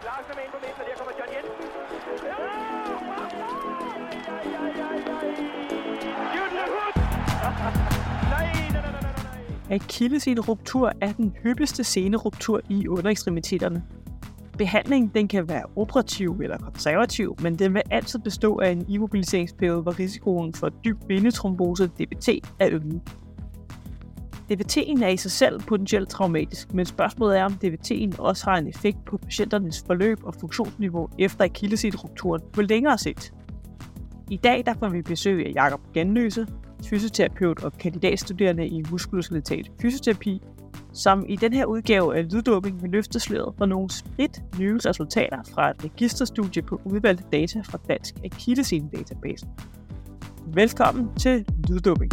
Larsen er ind på midten, og der kommer John Jensen. Akillesseneruptur er den hyppigste seneruptur i underekstremiteterne. Behandlingen den kan være operativ eller konservativ, men den vil altid bestå af en immobiliseringsperiode, hvor risikoen for dyb venetrombose, DVT, er øget. DVT'en er i sig selv potentielt traumatisk, men spørgsmålet er, om DVT'en også har en effekt på patienternes forløb og funktionsniveau efter akillessenerupturen på længere sigt. I dag der får vi besøg af Jakob Ganløse, fysioterapeut og kandidatstuderende i muskuloskeletal fysioterapi, som i den her udgave af Lyddoping vil løfte sløret for nogle nye resultater fra et registerstudie på udvalgte data fra Dansk Akillessene-database. Velkommen til Lyddoping.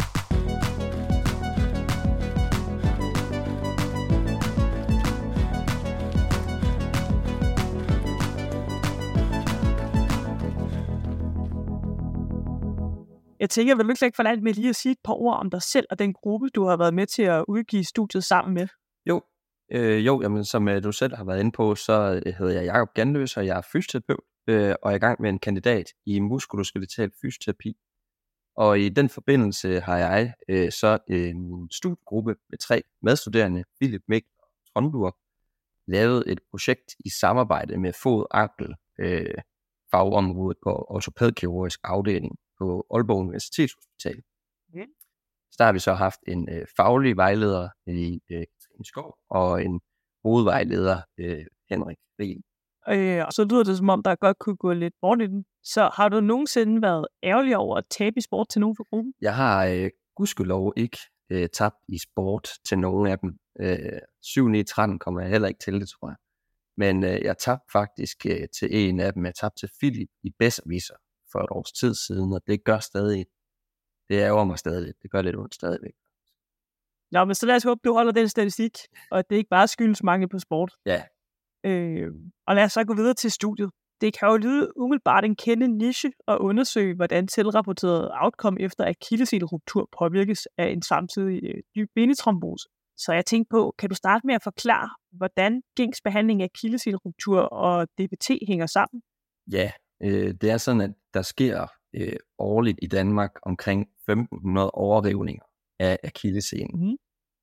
Jeg tænker, vil du ikke forlade med lige at sige et par ord om dig selv og den gruppe, du har været med til at udgive studiet sammen med? Jamen, som du selv har været inde på, så hedder jeg Jakob Ganløse, og jeg er fysioterapeut, og er i gang med en kandidat i muskuloskeletal fysioterapi. Og i den forbindelse har jeg så en studiegruppe med 3 medstuderende, Philip, Mikkel og Trondburg, lavet et projekt i samarbejde med fod-ankel fagområdet på ortopædkirurgisk afdeling på Aalborg Universitetshospital. Så der har vi så haft en faglig vejleder i Katrine Skov og en hovedvejleder, Henrik Riel. Og så lyder det, som om der godt kunne gå lidt bort i den. Så har du nogensinde været ærgerlig over at tabe i sport til nogen fra gruppen? Jeg har gudskelov ikke tabt i sport til nogen af dem. 7-9-13 kommer jeg heller ikke til det, tror jeg. Men jeg tabte faktisk til en af dem. Jeg tabte til Philip i Besserwisser for et års tid siden, og det gør stadig. Det ærger mig stadig lidt. Det gør lidt ondt stadigvæk. Nå, men så lad os håbe, du holder den statistik, og det ikke bare skyldes mangel på sport. Ja. Og lad os så gå videre til studiet. Det kan jo lyde umiddelbart en kendt niche at undersøge, hvordan tilrapporteret outcome efter akillesseneruptur påvirkes af en samtidig dyb venetrombose. Så jeg tænkte på, kan du starte med at forklare, hvordan gængs behandling af akillesseneruptur og DVT hænger sammen? Ja, det er sådan, at der sker årligt i Danmark omkring 1.500 overrivninger af akillessenen.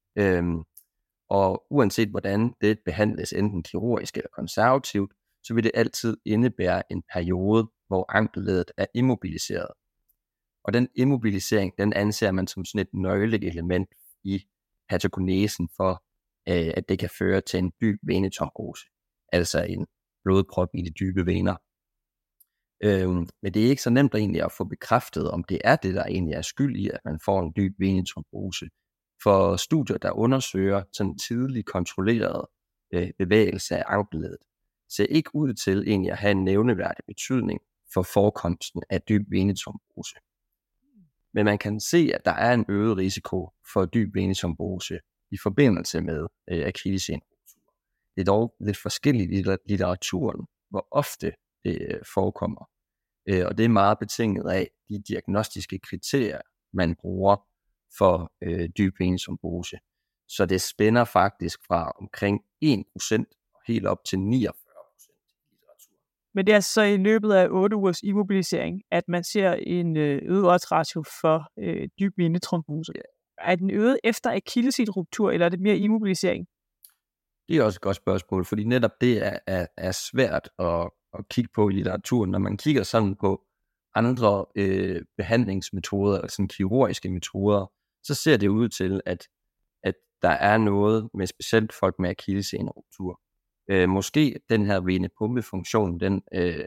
Og uanset hvordan det behandles, enten kirurgisk eller konservativt, så vil det altid indebære en periode, hvor ankelleddet er immobiliseret. Og den immobilisering, den anser man som sådan et nøgleelement i patogenesen for, at det kan føre til en dyb venetrombose, altså en blodprop i de dybe vener. Men det er ikke så nemt egentlig at få bekræftet, om det er det, der egentlig er skyld i, at man får en dyb venetrombose. For studier, der undersøger sådan tidlig kontrolleret bevægelse af ankelleddet, ser ikke ud til egentlig at have en nævneværdig betydning for forekomsten af dyb venetrombose. Men man kan se, at der er en øget risiko for dyb venetrombose i forbindelse med akillesseneruptur. Det er dog lidt forskelligt i litteraturen, hvor ofte det forekommer. Og det er meget betinget af de diagnostiske kriterier, man bruger for dyb venetrombose. Så det spænder faktisk fra omkring 1% og helt op til 49% i litteraturen. Men det er så i løbet af 8 ugers immobilisering, at man ser en øget oddsratio for dyb venetrombose. Ja. Er den øget efter akillesseneruptur, eller er det mere immobilisering? Det er også et godt spørgsmål, fordi netop det er svært at kigge på i litteraturen. Når man kigger sådan på andre behandlingsmetoder, altså kirurgiske metoder, så ser det ud til, at der er noget med specielt folk med akillesseneruptur. Måske den her venepumpefunktion, den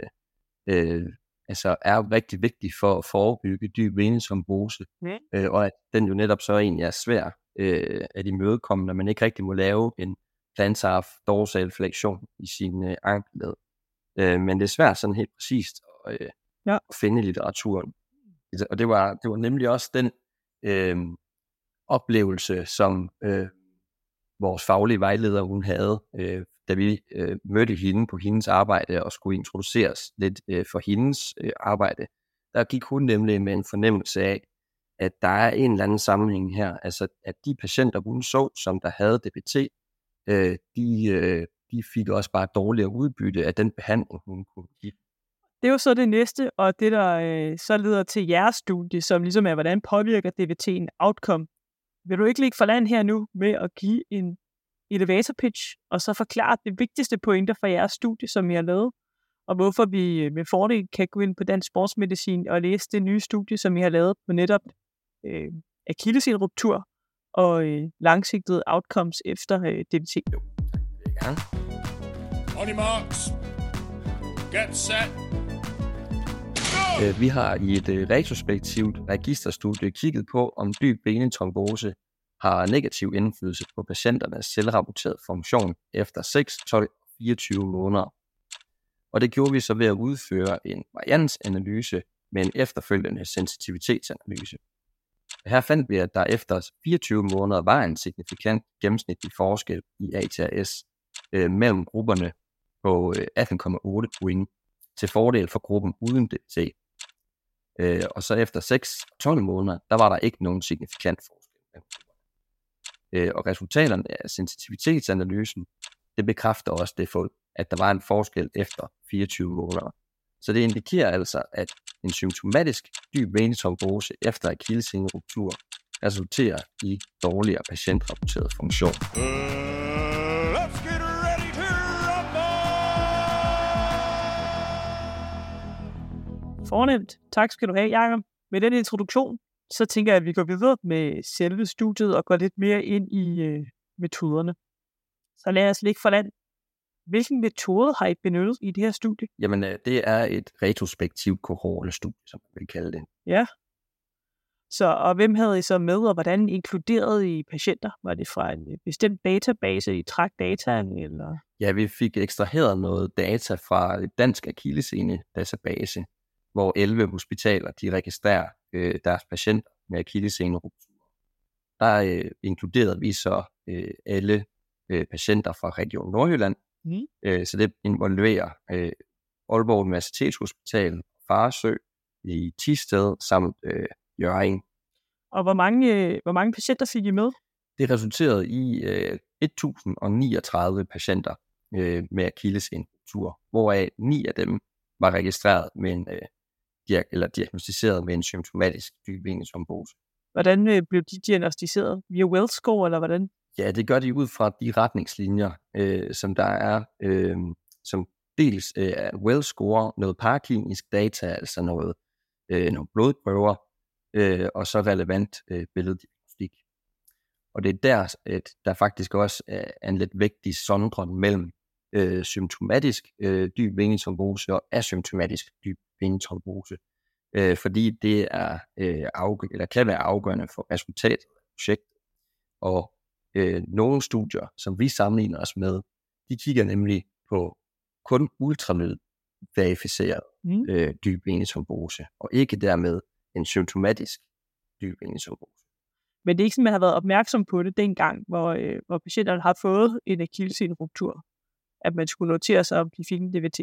er rigtig vigtig for at forebygge dyb venetrombose, og at den jo netop så egentlig er svær at imødekomme, når man ikke rigtig må lave en plantar dorsal flexion i sin ankelled. Men det er svært sådan helt præcist at finde i litteraturen. Og det var nemlig også den oplevelse, som vores faglige vejleder hun havde, da vi mødte hende på hendes arbejde og skulle introduceres lidt for hendes arbejde. Der gik hun nemlig med en fornemmelse af, at der er en eller anden sammenhæng her, altså at de patienter hun så, som der havde DVT, de de fik også bare dårligere udbytte af den behandling, hun kunne give. Det er jo så det næste, og det der så leder til jeres studie, som ligesom er, hvordan påvirker DVT en outcome. Vil du ikke ligge for land her nu med at give en elevator pitch, og så forklare de vigtigste pointer fra jeres studie, som I har lavet, og hvorfor vi med fordel kan gå ind på Dansk Sportsmedicin og læse det nye studie, som I har lavet på netop akillessenruptur og langsigtede outcomes efter DVT. Jo, det er gerne. On your marks. Get set. Vi har i et retrospektivt registerstudie kigget på, om dyb venetrombose har negativ indflydelse på patienternes selvrapporterede funktion efter 6, 12 og 24 måneder. Og det gjorde vi så ved at udføre en variansanalyse med en efterfølgende sensitivitetsanalyse. Her fandt vi, at der efter 24 måneder var en signifikant gennemsnitlig forskel i ATRS mellem grupperne på 18,8 point til fordel for gruppen uden DVT. Og så efter 6-12 måneder, der var der ikke nogen signifikant forskel. Og resultaterne af sensitivitetsanalysen, det bekræfter også det fund, at der var en forskel efter 24 måneder. Så det indikerer altså, at en symptomatisk dyb venetrombose efter akillessenruptur resulterer i dårligere patientrapporteret funktion. Let's get ready to rumble! Fornemt. Tak skal du have, Jacob. Med den introduktion, så tænker jeg, at vi går videre med selve studiet og går lidt mere ind i metoderne. Så lad os ligge for land. Hvilken metode har I benyttet i det her studie? Jamen, det er et retrospektivt kohortestudie, som man vil kalde det. Ja. Så, og hvem havde I så med, og hvordan inkluderede I patienter? Var det fra en bestemt database, I trak data, eller? Ja, vi fik ekstraheret noget data fra et dansk akillessene-database, hvor 11 hospitaler de registrerer deres patienter med akillesseneruptur. Der inkluderede vi så alle patienter fra Region Nordjylland, så det involverer Aalborg Universitetshospital, Farsø i Thisted samt Hjørring. Og hvor mange patienter fik I med? Det resulterede i 1039 patienter med akillessenruptur, hvoraf 9 af dem var registreret med en diagnosticeret med en symptomatisk dyb venetrombose. Hvordan blev de diagnosticeret? Via Wells-score, eller hvordan? Ja, det gør de ud fra de retningslinjer, som der er, som dels er Wells-score, noget paraklinisk data, altså nogle blodprøver, og så relevant billeddiagnostik. Og det er der, at der faktisk også er en lidt vigtig sondring mellem symptomatisk dyb venetrombose og asymptomatisk dyb venetrombose, fordi det er eller kan være afgørende for resultatet af projektet. Og nogle studier, som vi sammenligner os med, de kigger nemlig på kun ultralyd verificeret dyb venetrombose, og ikke dermed en symptomatisk dyb venetrombose. Men det er ikke sådan, man har været opmærksom på det dengang, hvor patienterne har fået en akillessenruptur, at man skulle notere sig, om de fik en DVT.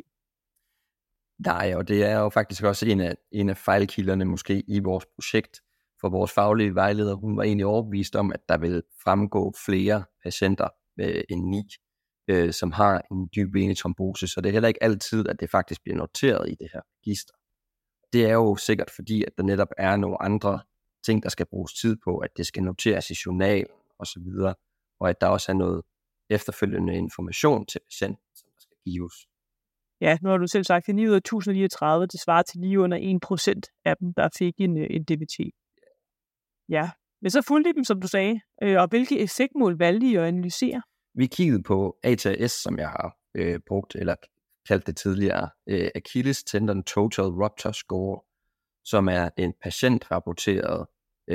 Nej, og det er jo faktisk også en af fejlkilderne måske i vores projekt. For vores faglige vejleder, hun var egentlig overbevist om, at der vil fremgå flere patienter end 9, som har en dyb venetrombose, så det er heller ikke altid, at det faktisk bliver noteret i det her register. Det er jo sikkert fordi, at der netop er nogle andre ting, der skal bruges tid på, at det skal noteres i journalen osv., og at der også er noget efterfølgende information til patienten, som der skal gives. Ja, nu har du selv sagt, at 9 ud af 1039, det svarer til lige under 1% af dem, der fik en DVT. Ja, men så fulgte I dem, som du sagde, og hvilke effektmål valgte I at analysere? Vi kiggede på ATS, som jeg har brugt, eller kaldt det tidligere, Achilles Tendon Total Rupture Score, som er en patientrapporteret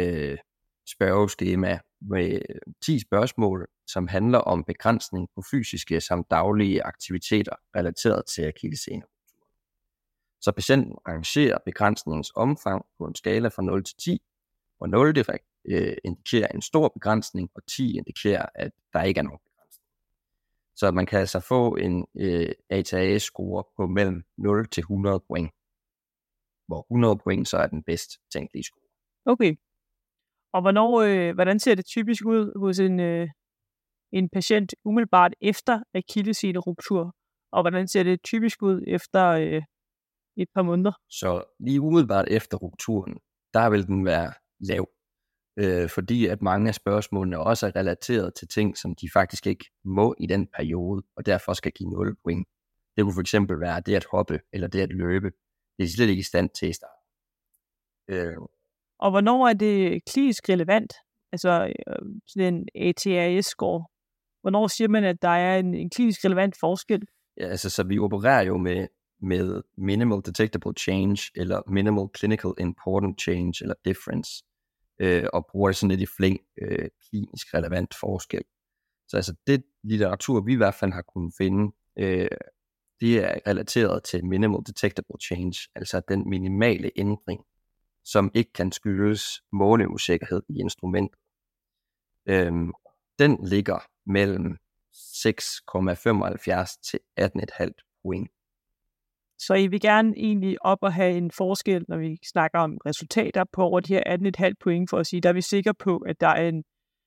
spørgeskema med 10 spørgsmål, som handler om begrænsning på fysiske samt daglige aktiviteter relateret til akillessenruptur. Så patienten rangerer begrænsningens omfang på en skala fra 0 til 10, hvor 0 indikerer en stor begrænsning, og 10 indikerer, at der ikke er nogen begrænsning. Så man kan altså få en ATAS-score på mellem 0 til 100 point, hvor 100 point så er den bedst tænkelige score. Okay. Og hvordan ser det typisk ud hos en patient umiddelbart efter akillesseneruptur, og hvordan ser det typisk ud efter et par måneder? Så lige umiddelbart efter rupturen, der vil den være lav. Fordi at mange af spørgsmålene også er relateret til ting, som de faktisk ikke må i den periode, og derfor skal give 0 point. Det kunne for eksempel være det at hoppe, eller det at løbe. Det er de slet ikke i stand til i starten. Og hvornår er det klinisk relevant? Altså sådan en ATRS-score. Hvornår siger man, at der er en klinisk relevant forskel? Ja, altså, så vi opererer jo med minimal detectable change, eller minimal clinical important change, eller difference, og bruger det sådan lidt i flæng klinisk relevant forskel. Så altså det litteratur, vi i hvert fald har kunnet finde, det er relateret til minimal detectable change, altså den minimale ændring, som ikke kan skyldes måleusikkerhed i instrumentet. Den ligger mellem 6,75 til 18,5 point. Så I vil gerne egentlig op og have en forskel, når vi snakker om resultater på over de her 18,5 point, for at sige, der er vi sikre på, at der er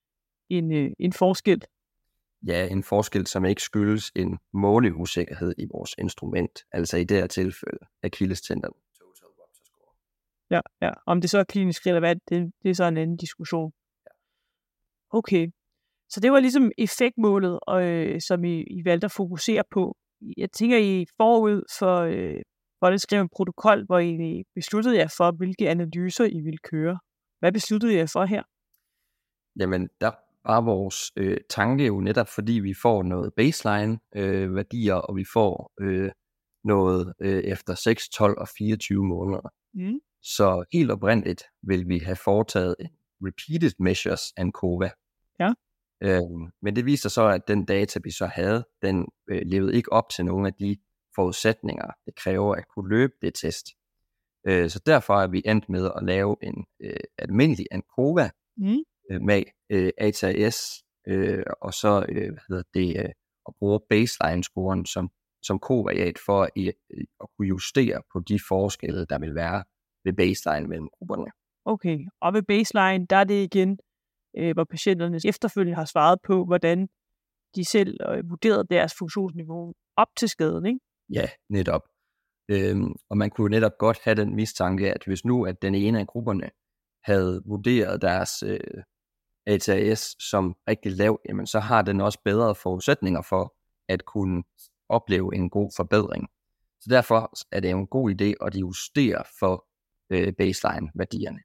en forskel. Ja, en forskel, som ikke skyldes en måleusikkerhed i vores instrument, altså i det her tilfælde akillestendon total rupture score. Ja. Om det så er klinisk relevant, det er så en anden diskussion. Okay, så det var ligesom effektmålet, som I valgte at fokusere på. Jeg tænker, I forud for at skrive en protokol, hvor I besluttede jer for, hvilke analyser I ville køre. Hvad besluttede I jer for her? Jamen, der var vores tanke jo netop, fordi vi får noget baseline værdier, og vi får noget efter 6, 12 og 24 måneder. Mm. Så helt oprindeligt vil vi have foretaget repeated measures ANCOVA. Ja. Men det viser så, at den data, vi så havde, den levede ikke op til nogle af de forudsætninger, det kræver at kunne løbe det test. Så derfor er vi endt med at lave en almindelig ANCOVA med ATRS, og så at bruge baseline-scoren som kovariat for at kunne justere på de forskelle, der vil være ved baseline mellem grupperne. Okay, og ved baseline, der er det igen, hvor patienterne efterfølgende har svaret på, hvordan de selv vurderede deres funktionsniveau op til skaden, ikke? Ja, netop. Og man kunne netop godt have den mistanke, at hvis nu at den ene af grupperne havde vurderet deres ATRS som rigtig lav, jamen så har den også bedre forudsætninger for at kunne opleve en god forbedring. Så derfor er det en god idé at justere for baseline-værdierne.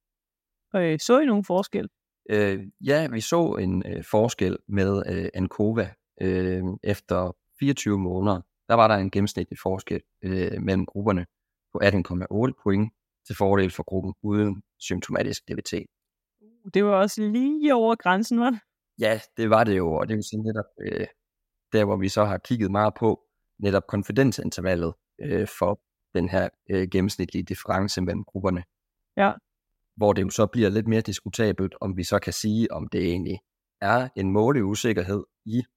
Så I nogen forskel? Ja, vi så en forskel med ANCOVA efter 24 måneder. Der var der en gennemsnitlig forskel mellem grupperne på 18,8 point til fordel for gruppen uden symptomatisk DVT. Det var også lige over grænsen, hva'? Ja, det var det jo, og det vil sige netop der, hvor vi så har kigget meget på netop konfidensintervallet for den her gennemsnitlige difference mellem grupperne. Ja. Hvor det jo så bliver lidt mere diskutabelt, om vi så kan sige, om det egentlig er en måleusikkerhed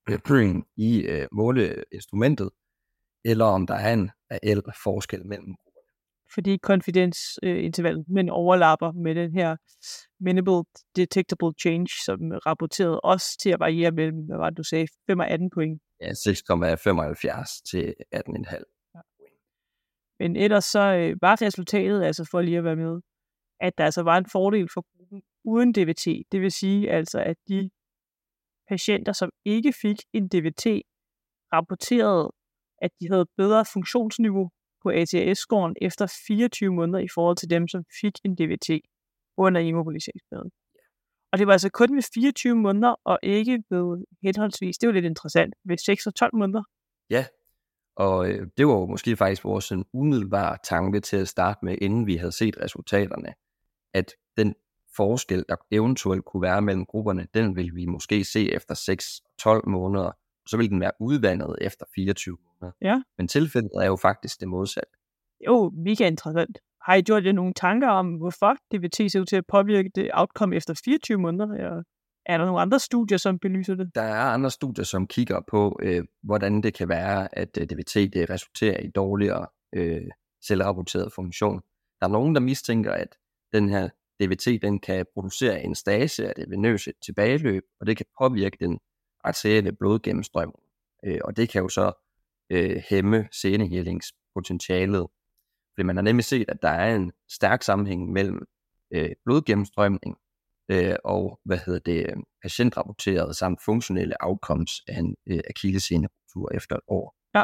i måleinstrumentet, eller om der er en reel forskel mellem grupperne. Fordi konfidensintervallet, men overlapper med den her minimal detectable change, som rapporterede også til at variere mellem, hvad var det, du sagde, 5 og 18 point. Ja, 6,75 til 18,5. Ja. Men ellers så var resultatet, altså for lige at være med, at der altså var en fordel for gruppen uden DVT. Det vil sige altså, at de patienter, som ikke fik en DVT, rapporterede, at de havde bedre funktionsniveau på ATRS-scoren efter 24 måneder i forhold til dem, som fik en DVT under immobiliseringsperioden. Og det var altså kun ved 24 måneder, og ikke ved henholdsvis, det var lidt interessant, ved 6 og 12 måneder. Ja, og det var jo måske faktisk vores umiddelbare tanke til at starte med, inden vi havde set resultaterne, at den forskel, der eventuelt kunne være mellem grupperne, den vil vi måske se efter 6 og 12 måneder, så vil den være udvandet efter 24 måneder. Ja. Men tilfældet er jo faktisk det modsatte. Jo, mega interessant. Har I gjort jer nogle tanker om, hvorfor DVT ser ud til at påvirke det outcome efter 24 måneder? Eller er der nogle andre studier, som belyser det? Der er andre studier, som kigger på, hvordan det kan være, at DVT det resulterer i dårligere selvrapporteret funktion. Der er nogen, der mistænker, at den her DVT den kan producere en stase af det venøse tilbageløb, og det kan påvirke den arterielle blodgennemstrømning. Og det kan jo så hæmme senehælingspotentialet. Fordi man har nemlig set, at der er en stærk sammenhæng mellem blodgennemstrømning og patientrapporterede samt funktionelle outcomes af en akillesseneruptur efter et år. Ja.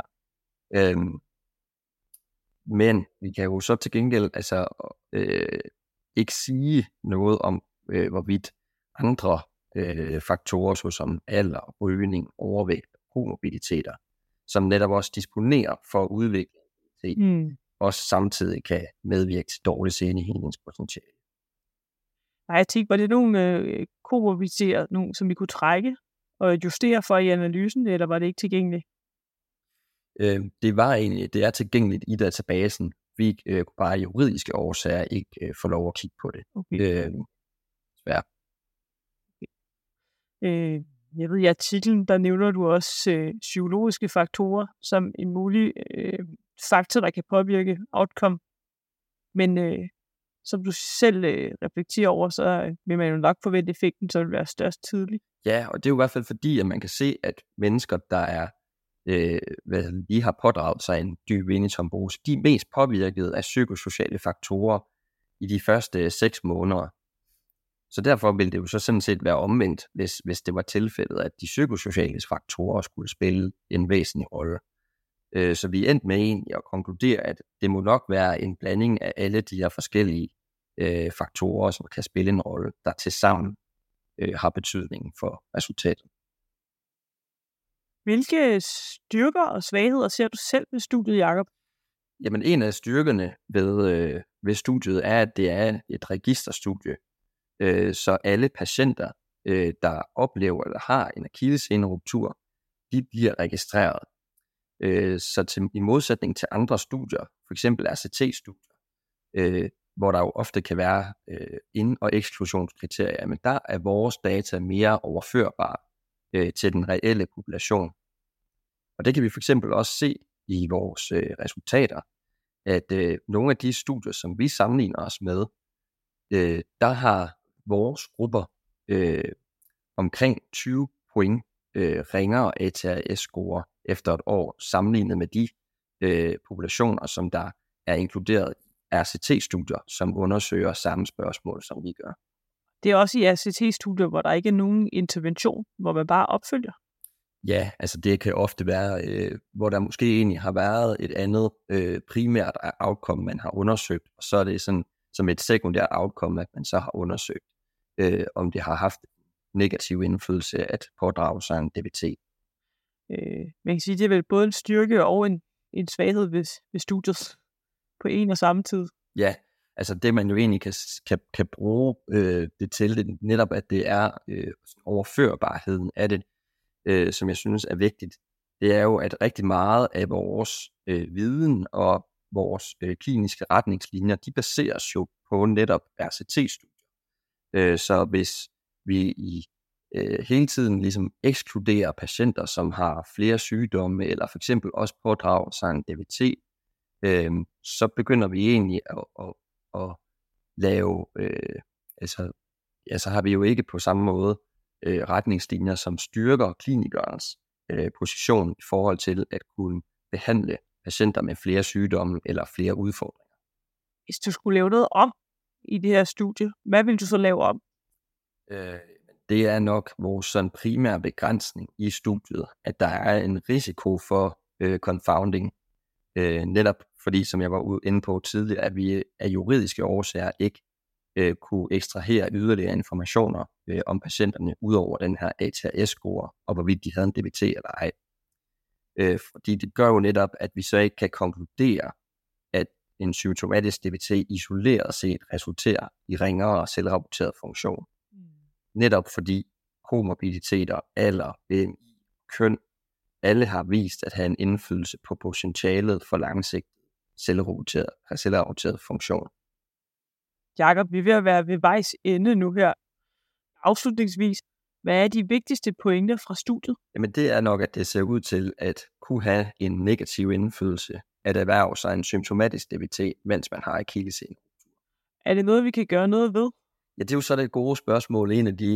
Men vi kan jo så til gengæld ikke sige noget om, hvorvidt andre faktorer, såsom alder, rygning, overvægt og komorbiditeter, som netop også disponerer for udvikling, også samtidig kan medvirke til dårlig senehælingspotentiale. Nej, jeg tænkte, var det nogle komorbiditeter, som vi kunne trække og justere for i analysen, eller var det ikke tilgængeligt? Det er tilgængeligt i databasen. Vi kunne bare af juridiske årsager ikke få lov at kigge på det. Okay. Svært. Jeg ved, i artiklen, der nævner du også psykologiske faktorer som en mulig faktor, der kan påvirke outcome. Men som du selv reflekterer over, så vil man jo nok forvente effekten, så vil være størst tidligt. Ja, og det er jo i hvert fald fordi, at man kan se, at mennesker, der er lige har pådraget sig en dyb venetrombose, de er mest påvirket af psykosociale faktorer i de første 6 måneder. Så derfor vil det jo så sådan set være omvendt, hvis det var tilfældet, at de psykosociale faktorer skulle spille en væsentlig rolle. Så vi er endt med egentlig at konkludere, at det må nok være en blanding af alle de her forskellige faktorer, som kan spille en rolle, der tilsammen har betydning for resultatet. Hvilke styrker og svagheder ser du selv ved studiet, Jacob? Jamen en af styrkerne ved studiet er, at det er et registerstudie, så alle patienter, der oplever eller har en akillesseneruptur, de bliver registreret. Så i modsætning til andre studier, for eksempel RCT-studier, hvor der jo ofte kan være ind- og eksklusionskriterier, men der er vores data mere overførbare til den reelle population. Og det kan vi for eksempel også se i vores resultater, at nogle af de studier, som vi sammenligner os med, der har vores grupper omkring 20 point ringere ATRS-score efter et år, sammenlignet med de populationer, som der er inkluderet i RCT-studier, som undersøger samme spørgsmål, som vi gør. Det er også i RCT-studier, hvor der ikke er nogen intervention, hvor man bare opfølger. Ja, altså det kan ofte være, hvor der måske egentlig har været et andet primært outcome, man har undersøgt, og så er det sådan som et sekundært outcome, at man så har undersøgt, om det har haft negativ indflydelse at pådrage sig en DVT. Man kan sige, at det er vel både en styrke og en svaghed ved studiet på en og samme tid. Ja, altså det man jo egentlig kan bruge det til, det netop at det er overførbarheden af det, som jeg synes er vigtigt. Det er jo, at rigtig meget af vores viden og vores kliniske retningslinjer, de baseres jo på netop RCT-studier. Så hvis vi hele tiden ligesom ekskluderer patienter, som har flere sygdomme, eller for eksempel også pådrager sig en DVT, så begynder vi egentlig at lave, så har vi jo ikke på samme måde retningslinjer, som styrker klinikernes position i forhold til at kunne behandle patienter med flere sygdomme eller flere udfordringer. Hvis du skulle lave noget om i det her studie, hvad vil du så lave om? Det er nok vores sådan primære begrænsning i studiet, at der er en risiko for confounding, netop fordi, som jeg var inde på tidligere, at vi af juridiske årsager ikke kunne ekstrahere yderligere informationer om patienterne, ud over den her ATRS-score, og hvorvidt de havde en DVT eller ej. Fordi det gør jo netop, at vi så ikke kan konkludere, at en symptomatisk DVT isoleret set resulterer i ringere selvrapporteret funktion. Netop fordi komorbiditeter, alder, BMI, køn, alle har vist at have en indflydelse på potentialet for langsigtet selvrapporteret funktion. Jakob, vi er ved at være ved vejs ende nu her. Afslutningsvis, hvad er de vigtigste pointer fra studiet? Jamen det er nok, at det ser ud til at kunne have en negativ indflydelse at erhverve sig en symptomatisk DVT, mens man har akillesseneruptur. Er det noget, vi kan gøre noget ved? Ja, det er jo så det gode spørgsmål. En af de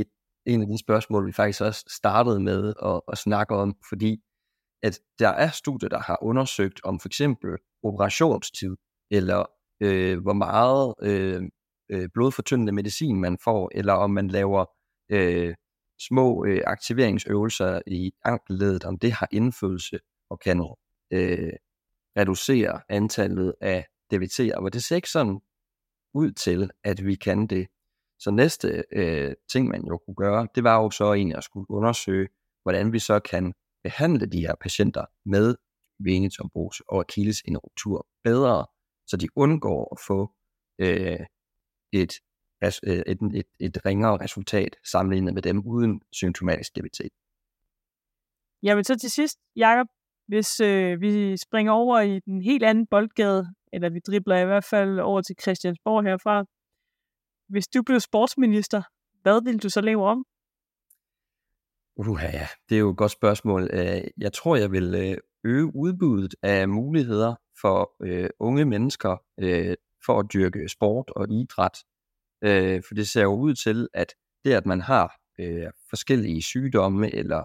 en af de spørgsmål, vi faktisk også startede med at snakke om, fordi at der er studier, der har undersøgt om for eksempel operationstid, eller hvor meget blodfortyndende medicin man får, eller om man laver små aktiveringsøvelser i ankelleddet, om det har indflydelse og kan reducere antallet af DVT'er, og det ser ikke sådan ud til, at vi kan det. Så næste ting, man jo kunne gøre, det var jo så egentlig at skulle undersøge, hvordan vi så kan behandle de her patienter med venetrombose og akillesseneruptur bedre, så de undgår at få et ringere resultat sammenlignet med dem uden symptomatisk DVT. Jamen så til sidst, Jakob, hvis vi springer over i den helt anden boldgade, eller vi dribler i hvert fald over til Christiansborg herfra. Hvis du blev sportsminister, hvad ville du så lave om? Ja, det er jo et godt spørgsmål. Jeg tror, jeg vil øge udbuddet af muligheder for unge mennesker for at dyrke sport og idræt. For det ser jo ud til, at det, at man har forskellige sygdomme eller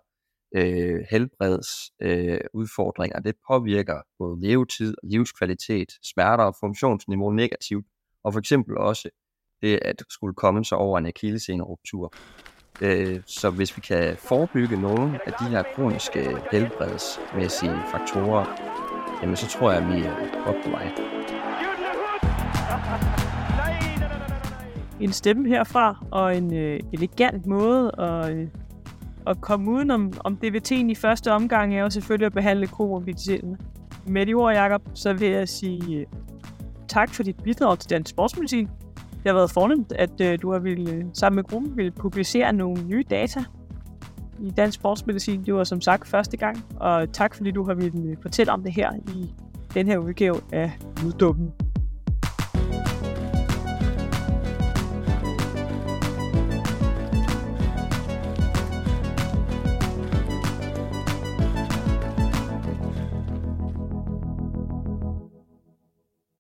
helbredsudfordringer, det påvirker både levetid og livskvalitet, smerter og funktionsniveau negativt, og for eksempel også det at skulle komme sig over en akillesseneruptur. Så hvis vi kan forebygge nogle af de her kroniske helbredsmæssige faktorer, jamen så tror jeg, at vi er godt på vej. En stemme herfra, og en elegant måde at komme uden om DVT'en i første omgang, er jo selvfølgelig at behandle komorbiditeterne. Med de ord, Jakob, så vil jeg sige tak for dit bidrag til Dansk Sportsmedicin. Det har været fornemt, at du har sammen med gruppen ville publicere nogle nye data i Dansk Sportsmedicin. Det var som sagt første gang, og tak fordi du har ville fortælle om det her i den her udgave af Uddummen.